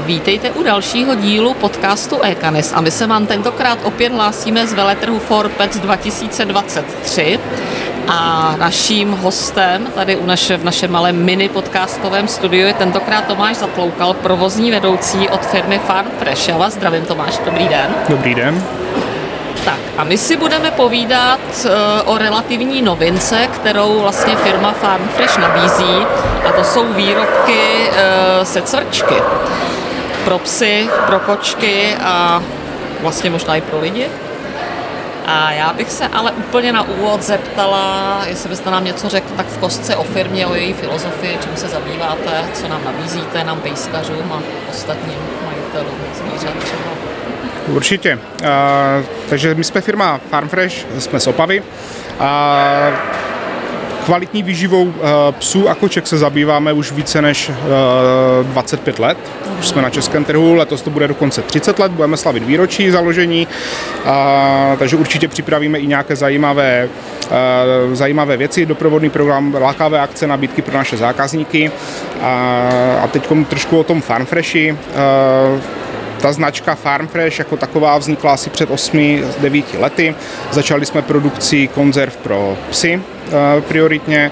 Vítejte u dalšího dílu podcastu eCanis a my se vám tentokrát opět hlásíme z veletrhu ForPets 2023 a naším hostem tady v našem malém mini podcastovém studiu je tentokrát Tomáš Zatloukal, provozní vedoucí od firmy FarmFresh. Já vás zdravím, Tomáš, dobrý den. Dobrý den. Tak a my si budeme povídat o relativní novince, kterou vlastně firma FarmFresh nabízí, a to jsou výrobky se cvrčky. Pro psy, pro kočky a vlastně možná i pro lidi. A já bych se ale úplně na úvod zeptala, jestli byste nám něco řekl tak v kostce o firmě, o její filozofii, čím se zabýváte, co nám nabízíte, nám pejskařům a ostatním majitelům zvířat třeba. Určitě. Takže my jsme firma FarmFresh, jsme z Opavy. Kvalitní výživou psů a koček se zabýváme už více než 25 let. Už jsme na českém trhu, letos to bude dokonce 30 let, budeme slavit výročí založení, takže určitě připravíme i nějaké zajímavé věci, doprovodný program, lákavé akce, nabídky pro naše zákazníky. A teď trošku o tom FarmFreshi. Ta značka FarmFresh jako taková vznikla asi před 8-9 lety. Začali jsme produkcí konzerv pro psy prioritně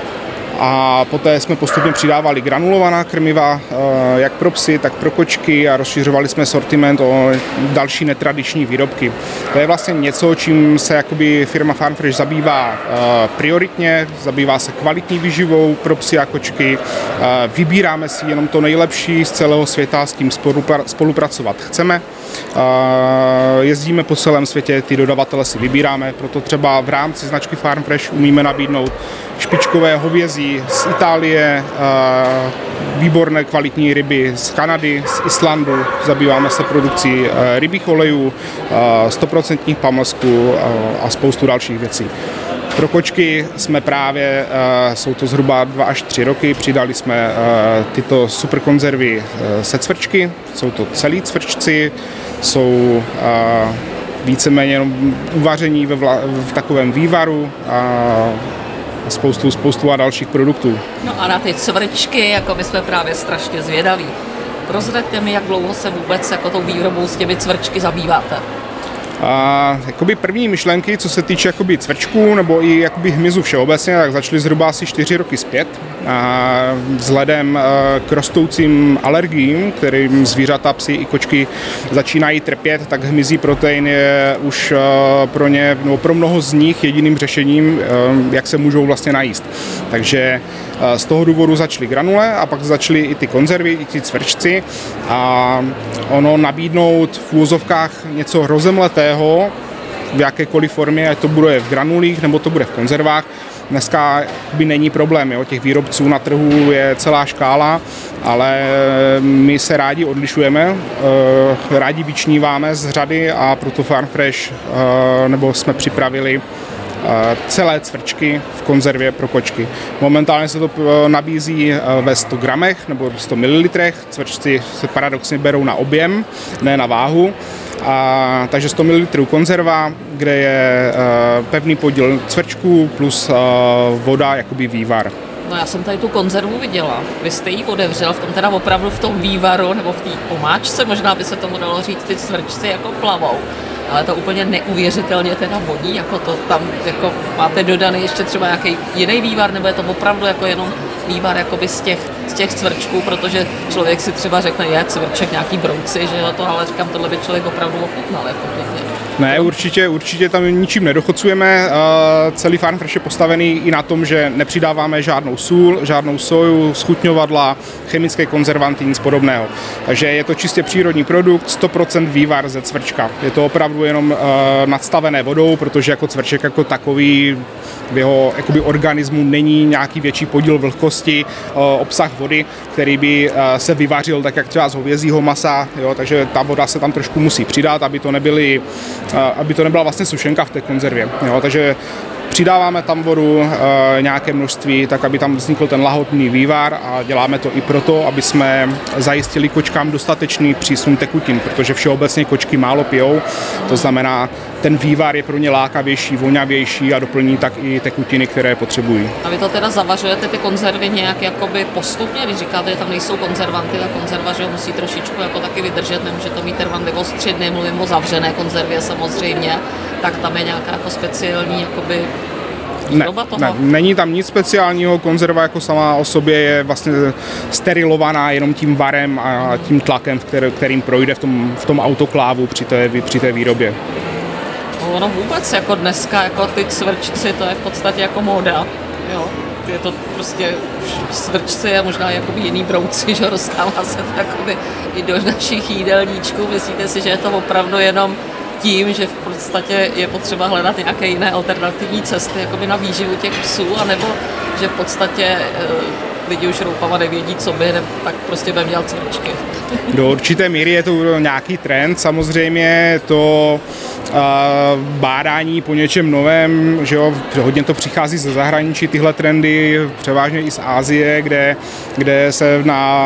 a poté jsme postupně přidávali granulovaná krmiva jak pro psy, tak pro kočky a rozšiřovali jsme sortiment o další netradiční výrobky. To je vlastně něco, čím se jakoby firma FarmFresh zabývá prioritně, zabývá se kvalitní výživou pro psy a kočky, vybíráme si jenom to nejlepší z celého světa, s tím spolupracovat chceme. Jezdíme po celém světě, ty dodavatele si vybíráme, proto třeba v rámci značky FarmFresh umíme nabídnout špičkové hovězí z Itálie, výborné kvalitní ryby z Kanady, z Islandu, zabýváme se produkcí rybích olejů, 100% pamlsků a spoustu dalších věcí. Pro kočky jsme právě, jsou to zhruba 2 až 3 roky, přidali jsme tyto super konzervy se cvrčky, jsou to celí cvrčci, jsou víceméně jenom uvaření v takovém vývaru a spoustu a dalších produktů. No a na ty cvrčky, jako my jsme právě strašně zvědaví. Prozraďte mi, jak dlouho se vůbec jako tou výrobou s těmi cvrčky zabýváte? Jakoby první myšlenky, co se týče jakoby cvrčků nebo i jakoby hmyzu všeobecně, tak začaly zhruba asi 4 roky zpět. Vzhledem k rostoucím alergiím, kterým zvířata, psy i kočky začínají trpět, tak hmyzí protein je už pro ně, nebo pro mnoho z nich jediným řešením, jak se můžou vlastně najíst. Takže z toho důvodu začaly granule a pak začaly i ty konzervy, i ty cvrčci a ono nabídnout v úvozovkách něco rozemletého v jakékoliv formě, ať to bude v granulích nebo to bude v konzervách. Dneska by není problém, jo? Těch výrobců na trhu je celá škála, ale my se rádi odlišujeme, rádi vyčníváme z řady a proto FarmFresh nebo jsme připravili celé cvrčky v konzervě pro kočky. Momentálně se to nabízí ve 100 gramech nebo 100 ml. Cvrčci se paradoxně berou na objem, ne na váhu. Takže 100 ml konzerva, kde je pevný podíl cvrčků plus voda, jakoby vývar. No já jsem tady tu konzervu viděla. Vy jste ji otevřel, teda opravdu v tom vývaru nebo v té omáčce, možná by se tomu dalo říct, ty cvrčci jako plavou. Ale to úplně neuvěřitelně teda voní, jako to tam jako máte dodaný ještě třeba nějaký jiný vývar, nebo je to opravdu jako jenom vývar jakoby z těch cvrčků, protože člověk si třeba řekne, je cvrček nějaký brouci, že jo, to, ale říkám, tohle by člověk opravdu ochutnal, jako pěkně. Ne, určitě tam ničím nedochocujeme. Celý FarmFresh je postavený i na tom, že nepřidáváme žádnou sůl, žádnou soju, schutňovadla, chemické konzervanty, nic podobného. Takže je to čistě přírodní produkt, 100% vývar ze cvrčka. Je to opravdu jenom nadstavené vodou, protože jako cvrček jako takový v jeho jakoby organismu není nějaký větší podíl vlhkosti, obsah vody, který by se vyvařil tak jak třeba z hovězího masa, jo, takže ta voda se tam trošku musí přidat, aby to nebyla vlastně sušenka v té konzervě. Jo, takže Přidáváme tam vodu nějaké množství, tak aby tam vznikl ten lahotný vývar a děláme to i proto, aby jsme zajistili kočkám dostatečný přísun tekutin, protože všeobecně kočky málo pijou, to znamená, ten vývar je pro ně lákavější, voňavější a doplní tak i tekutiny, které potřebují. A vy to teda zavařujete ty konzervy nějak jakoby postupně, když říkáte, že tam nejsou konzervanty, ta konzerva, že ho musí trošičku jako taky vydržet, nemůže to mít trvanlivost 3 dny, mluvím o zavřené konzervě samozřejmě, tak tam je nějaká jako speciální jakoby výroba toho? Ne, není tam nic speciálního, konzerva jako sama o sobě je vlastně sterilovaná jenom tím varem a tím tlakem, kterým projde v tom autoklávu při té výrobě. Ono vůbec jako dneska, jako ty cvrčci, to je v podstatě jako móda, jo. Je to prostě cvrčci a možná jakoby jiný brouci, že dostává se to jakoby i do našich jídelníčků. Myslíte si, že je to opravdu jenom tím, že v podstatě je potřeba hledat nějaké jiné alternativní cesty jakoby na výživu těch psů, anebo že v podstatě lidi už roupama nevědí, co by, tak prostě by měl cvrčky. Do určité míry je to nějaký trend, samozřejmě to bádání po něčem novém, že jo, hodně to přichází ze zahraničí, tyhle trendy, převážně i z Asie, kde se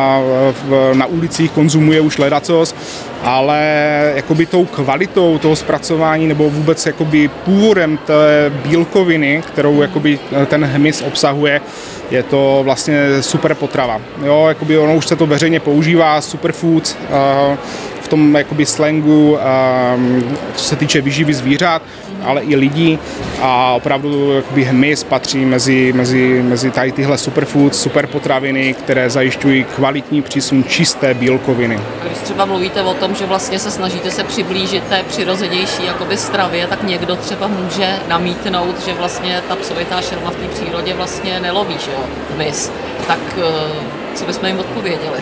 na ulicích konzumuje už ledacos, ale jakoby tou kvalitou toho zpracování nebo vůbec jakoby původem té bílkoviny, kterou jakoby ten hmyz obsahuje, je to vlastně super potrava. Jo, jakoby ono už se to veřejně používá, superfoods, v tom jakoby slangu, co se týče výživy zvířat, ale i lidí a opravdu jakoby hmyz patří mezi tady tyhle superfoods, superpotraviny, které zajišťují kvalitní přísun čisté bílkoviny. A když třeba mluvíte o tom, že vlastně se snažíte se přiblížit té přirozenější jakoby stravě, tak někdo třeba může namítnout, že vlastně ta psovitá šelma v té přírodě vlastně neloví, že jo, hmyz. Tak co bychom jim odpověděli?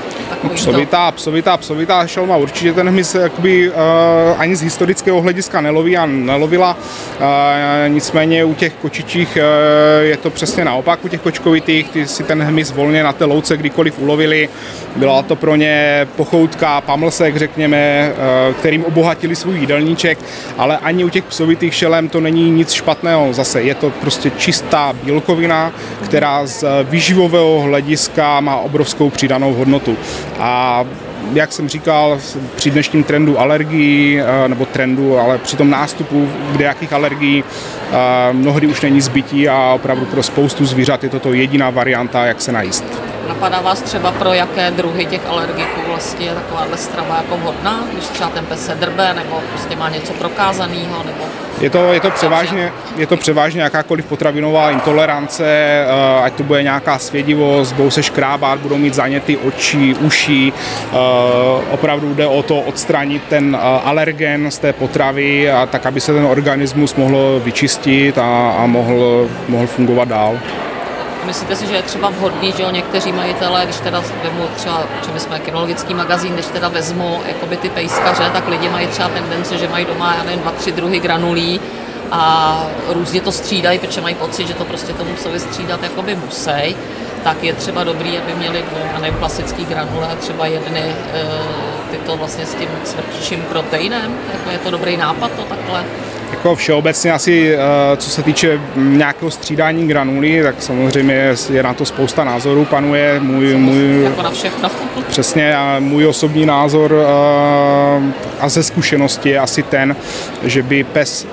Psovitá šelma určitě ten hmyz jakoby, ani z historického hlediska neloví a nelovila. Nicméně u těch kočičích je to přesně naopak, u těch kočkovitých, ty si ten hmyz volně na té louce kdykoliv ulovili. Byla to pro ně pochoutka, pamlsek, řekněme, kterým obohatili svůj jídelníček, ale ani u těch psovitých šelem to není nic špatného. Zase je to prostě čistá bílkovina, která z výživového hlediska má obrovskou přidanou hodnotu. A jak jsem říkal, při dnešním trendu alergií, nebo trendu, ale při tom nástupu kdejakých alergií, mnohdy už není zbytí a opravdu pro spoustu zvířat je toto jediná varianta, jak se najíst. Napadá vás třeba, pro jaké druhy těch alergiků vlastně je takováhle strava jako vhodná, když třeba ten pes se drbe, nebo prostě má něco prokázaného, nebo... Je to převážně jakákoliv potravinová intolerance, ať to bude nějaká svědivost, budou se škrábat, budou mít záněty očí, uší. Opravdu jde o to odstranit ten alergen z té potravy, a tak, aby se ten organismus mohl vyčistit a mohl fungovat dál. Myslíte si, že je třeba vhodný, že někteří majitelé, když teda vezmu třeba, že my jsme kinologický magazín, když teda vezmu jakoby ty pejskaře, tak lidi mají třeba tendence, že mají doma, já nevím, 2-3 druhy granulí a různě to střídají, protože mají pocit, že to prostě tomu psovi střídat jakoby musí, tak je třeba dobrý, aby měli klasický granule a třeba jedny tyto vlastně s tím cvrčičím proteinem. Jako je to dobrý nápad to takhle? Jako všeobecně asi, co se týče nějakého střídání granulí, tak samozřejmě je na to spousta názorů, panuje můj jako na všechno. Přesně, a můj osobní názor a ze zkušenosti je asi ten, že by pes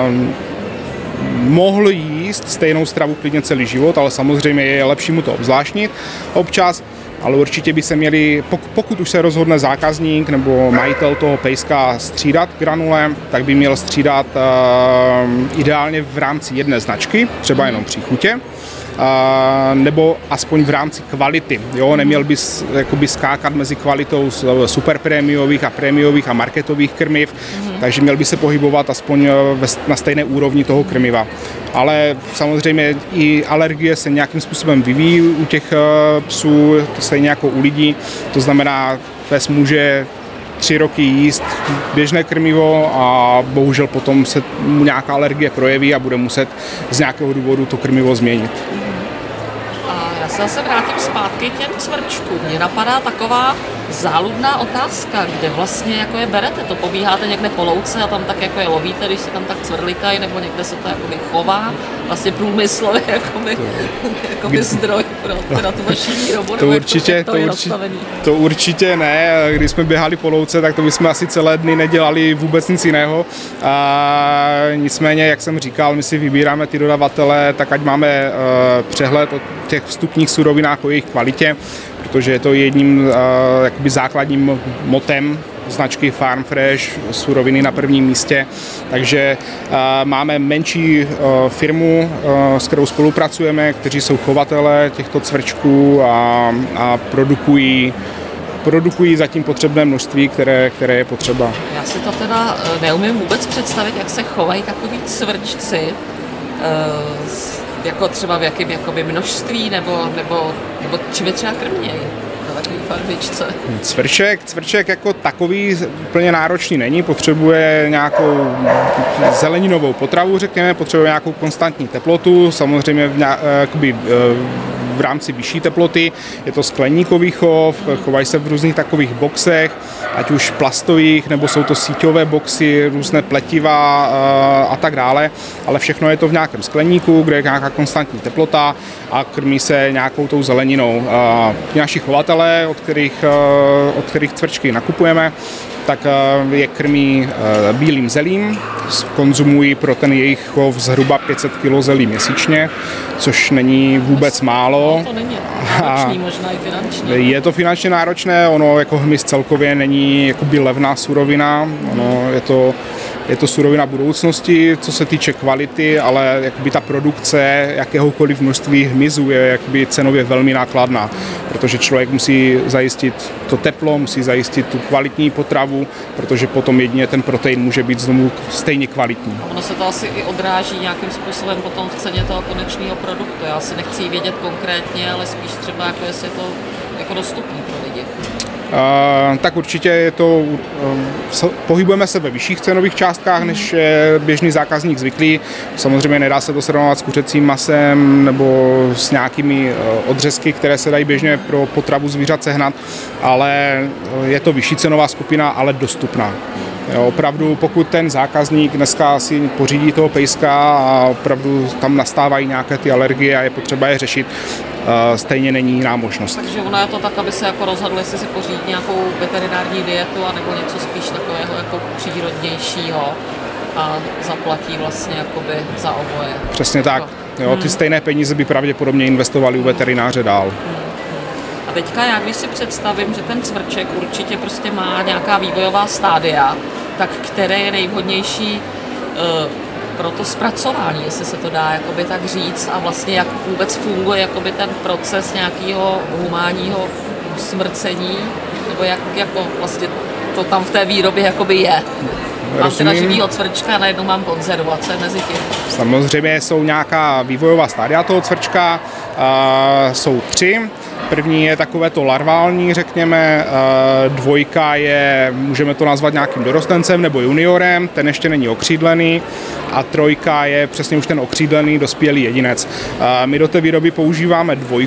mohl jíst stejnou stravu klidně celý život, ale samozřejmě je lepší mu to obzvláštnit občas, ale určitě by se měli, pokud už se rozhodne zákazník nebo majitel toho pejska střídat granule, tak by měl střídat ideálně v rámci jedné značky, třeba jenom při chutě, nebo aspoň v rámci kvality. Jo? Neměl bys jakoby skákat mezi kvalitou superprémiových a prémiových a marketových krmiv, takže měl by se pohybovat aspoň na stejné úrovni toho krmiva. Ale samozřejmě i alergie se nějakým způsobem vyvíjí u těch psů, stejně jako u lidí. To znamená, pes může 3 roky jíst běžné krmivo a bohužel potom se mu nějaká alergie projeví a bude muset z nějakého důvodu to krmivo změnit. Já se zase vrátím zpátky k těm cvrčkům. Mně napadá taková záludná otázka, kde vlastně jako je berete. To pobíháte někde po louce a tam tak jako je lovíte, když se tam tak cvrlikají, nebo někde se to jakoby chová, vlastně průmyslový jakoby zdroj pro tu vaši výrobu? To určitě ne. Když jsme běhali po louce, tak to bychom asi celé dny nedělali vůbec nic jiného. Nicméně, jak jsem říkal, my si vybíráme ty dodavatele, tak ať máme přehled o těch vstupních surovinách, o jejich kvalitě, protože je to jedním jakoby základním motem značky Farm Fresh, suroviny na prvním místě. Takže máme menší firmu, s kterou spolupracujeme, kteří jsou chovatelé těchto cvrčků a produkují zatím potřebné množství, které je potřeba. Já si to teda neumím vůbec představit, jak se chovají takový cvrčci, jako třeba v jakém množství, nebo čím je třeba krmějí na takový farmičce. Cvrček jako takový úplně náročný není, potřebuje nějakou zeleninovou potravu, řekněme, potřebuje nějakou konstantní teplotu, samozřejmě v rámci vyšší teploty. Je to skleníkový chov, chovají se v různých takových boxech, ať už plastových, nebo jsou to síťové boxy, různé pletiva a tak dále, ale všechno je to v nějakém skleníku, kde je nějaká konstantní teplota a krmí se nějakou tou zeleninou. Naši chovatelé, od kterých cvrčky nakupujeme, tak je krmí bílým zelím, konzumují pro ten jejich chov zhruba 500 kg zelí měsíčně, což není vůbec málo. To není náročný, možná i finančně. Je to finančně náročné, ono jako hmyz celkově není jakoby levná surovina, je to surovina budoucnosti, co se týče kvality, ale jakoby ta produkce jakéhokoliv množství hmyzu je jakoby cenově velmi nákladná, protože člověk musí zajistit to teplo, musí zajistit tu kvalitní potravu, protože potom jedině ten protein může být znovu stejně kvalitní. A ono se to asi i odráží nějakým způsobem potom v ceně toho konečného produktu. Já si nechci vědět konkrétně, ale spíš třeba, jako jestli je to jako dostupný pro lidi. Tak určitě je to, pohybujeme se ve vyšších cenových částkách, než je běžný zákazník zvyklý. Samozřejmě nedá se to srovnat s kuřecím masem nebo s nějakými odřezky, které se dají běžně pro potravu zvířat sehnat, ale je to vyšší cenová skupina, ale dostupná. Jo, opravdu, pokud ten zákazník dneska si pořídí toho pejska a opravdu tam nastávají nějaké ty alergie a je potřeba je řešit, stejně není jiná možnost. Takže ono je to tak, aby se jako rozhodl, jestli si pořídí nějakou veterinární dietu anebo něco spíš takového jako přírodnějšího a zaplatí vlastně jakoby za oboje. Přesně tak. Jo, ty stejné peníze by pravděpodobně investovali u veterináře dál. A teďka já když si představím, že ten cvrček určitě prostě má nějaká vývojová stádia, tak které je nejvhodnější pro to zpracování, jestli se to dá jakoby tak říct, a vlastně jak vůbec funguje jakoby ten proces nějakého humánního usmrcení, nebo jak jako vlastně to tam v té výrobě jakoby je. Mám teda živýho cvrčka, najednou mám konzervace mezi tím. Samozřejmě jsou nějaká vývojová stádia toho cvrčka, jsou 3. První je takové to larvální, řekněme, 2 je, můžeme to nazvat nějakým dorostencem nebo juniorem, ten ještě není okřídlený, a 3 je přesně už ten okřídlený dospělý jedinec. My do té výroby používáme 2,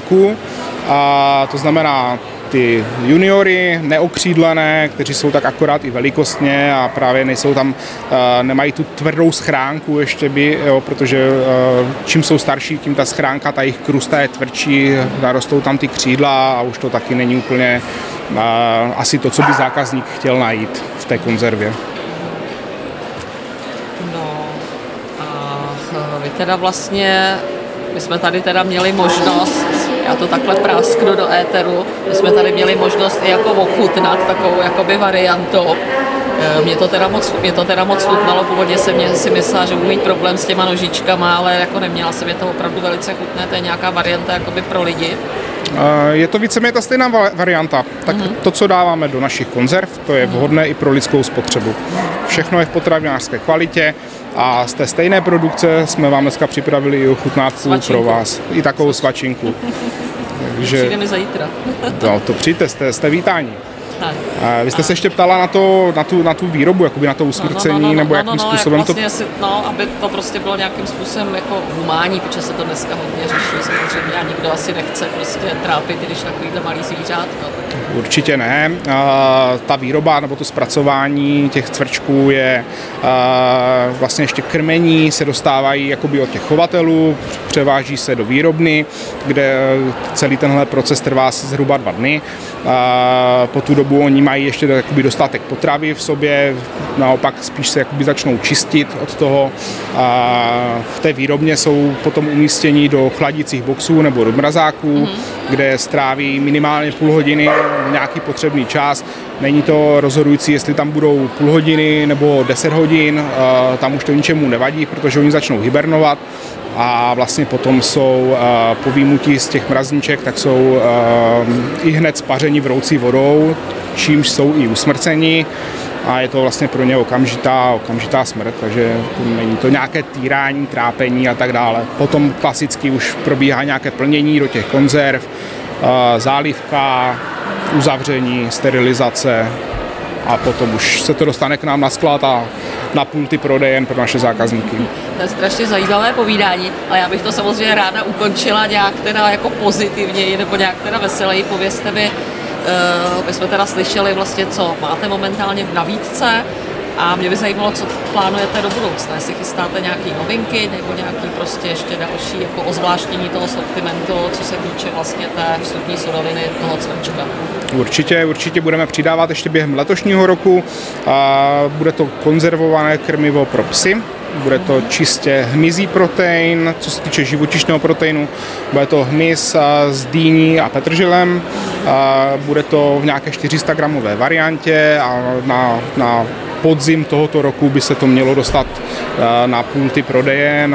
to znamená ty juniory, neokřídlené, kteří jsou tak akorát i velikostně a právě nejsou tam, nemají tu tvrdou schránku ještě protože čím jsou starší, tím ta schránka, ta jejich krusta je tvrdší, narostou tam ty křídla a už to taky není úplně asi to, co by zákazník chtěl najít v té konzervě. No a vy teda vlastně, my jsme tady teda měli možnost, já to takhle prásknu do éteru, my jsme tady měli možnost i jako ochutnat takovou jakoby variantu. Mě to teda moc chutnalo, původně jsem si myslela, že budu mít problém s těma nožičkama, ale jako neměla jsem, je to opravdu velice chutné, to je nějaká varianta jakoby pro lidi. Je to víceméně ta stejná varianta. Tak to, co dáváme do našich konzerv, to je vhodné i pro lidskou spotřebu. Všechno je v potravinářské kvalitě a z té stejné produkce jsme vám dneska připravili i ochutnávku pro vás. I takovou svačinku. Takže přijde mi zítra. No, to přijďte, jste vítáni. Vy jste se ještě ptala na tu výrobu, jakoby na to usmrcení, nebo jakým způsobem jak vlastně aby to prostě bylo nějakým způsobem jako humánní, protože se to dneska hodně řeší samozřejmě a nikdo asi nechce prostě trápit, když takovýhle malý zvířátko. Určitě ne. Ta výroba nebo to zpracování těch cvrčků je vlastně ještě krmení, se dostávají jakoby od těch chovatelů, převáží se do výrobny, kde celý tenhle proces trvá zhruba 2 dny. Po tu dobu oni mají ještě jakoby dostatek potravy v sobě, naopak spíš se jakoby začnou čistit od toho. V té výrobně jsou potom umístěni do chladicích boxů nebo do mrazáků, kde stráví minimálně půl hodiny nějaký potřebný čas. Není to rozhodující, jestli tam budou půl hodiny nebo 10 hodin, tam už to ničemu nevadí, protože oni začnou hibernovat a vlastně potom jsou po výjimutí z těch mrazníček, tak jsou i hned spařeni vroucí vodou, čímž jsou i usmrceni a je to vlastně pro ně okamžitá smrt, takže není to nějaké týrání, trápení a tak dále. Potom klasicky už probíhá nějaké plnění do těch konzerv, zálivka, uzavření, sterilizace a potom už se to dostane k nám na sklad a na pulty prodejen pro naše zákazníky. To je strašně zajímavé povídání, ale já bych to samozřejmě ráda ukončila nějak teda jako pozitivněji nebo nějak teda veseleji. Povězte mi, my jsme teda slyšeli vlastně, co máte momentálně v nabídce a mě by zajímalo, co plánujete do budoucna, jestli chystáte nějaké novinky nebo nějaký prostě ještě další jako ozvláštnění toho sortimentu, co se týče vlastně té vstupní suroviny toho cvrčka. Určitě budeme přidávat ještě během letošního roku. Bude to konzervované krmivo pro psy. Bude to čistě hmyzí protein, co se týče živočišného proteinu. Bude to hmyz s dýní a petrželem. Bude to v nějaké 400 gramové variantě a na podzim tohoto roku by se to mělo dostat na pulty prodejen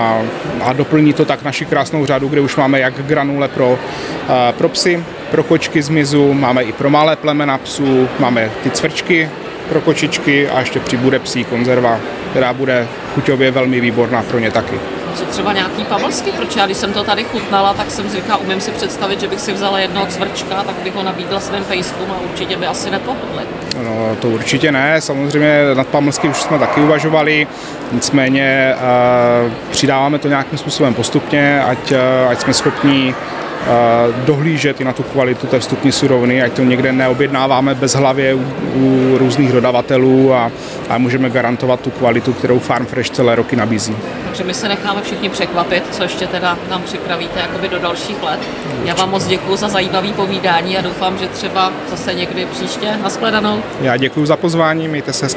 a doplní to tak naši krásnou řadu, kde už máme jak granule pro psy, pro kočky z hmyzu, máme i pro malé plemena psů, máme ty cvrčky pro kočičky a ještě přibude psí konzerva, která bude chuťově velmi výborná pro ně taky. Co třeba nějaký pamlsky, protože já když jsem to tady chutnala, tak jsem si říkala, umím si představit, že bych si vzala jednoho cvrčka, tak bych ho nabídla svým pejskům a určitě by asi nepohodli. No, to určitě ne, samozřejmě nad pamlsky už jsme taky uvažovali, nicméně přidáváme to nějakým způsobem postupně, ať jsme schopni dohlížet i na tu kvalitu té vstupní suroviny, ať to někde neobjednáváme bezhlavě u různých dodavatelů a můžeme garantovat tu kvalitu, kterou Farm Fresh celé roky nabízí. Takže my se necháme všichni překvapit, co ještě teda nám připravíte jakoby do dalších let. Já vám moc děkuji za zajímavý povídání a doufám, že třeba zase někdy příště. Nashledanou. Já děkuji za pozvání, mějte se hezky.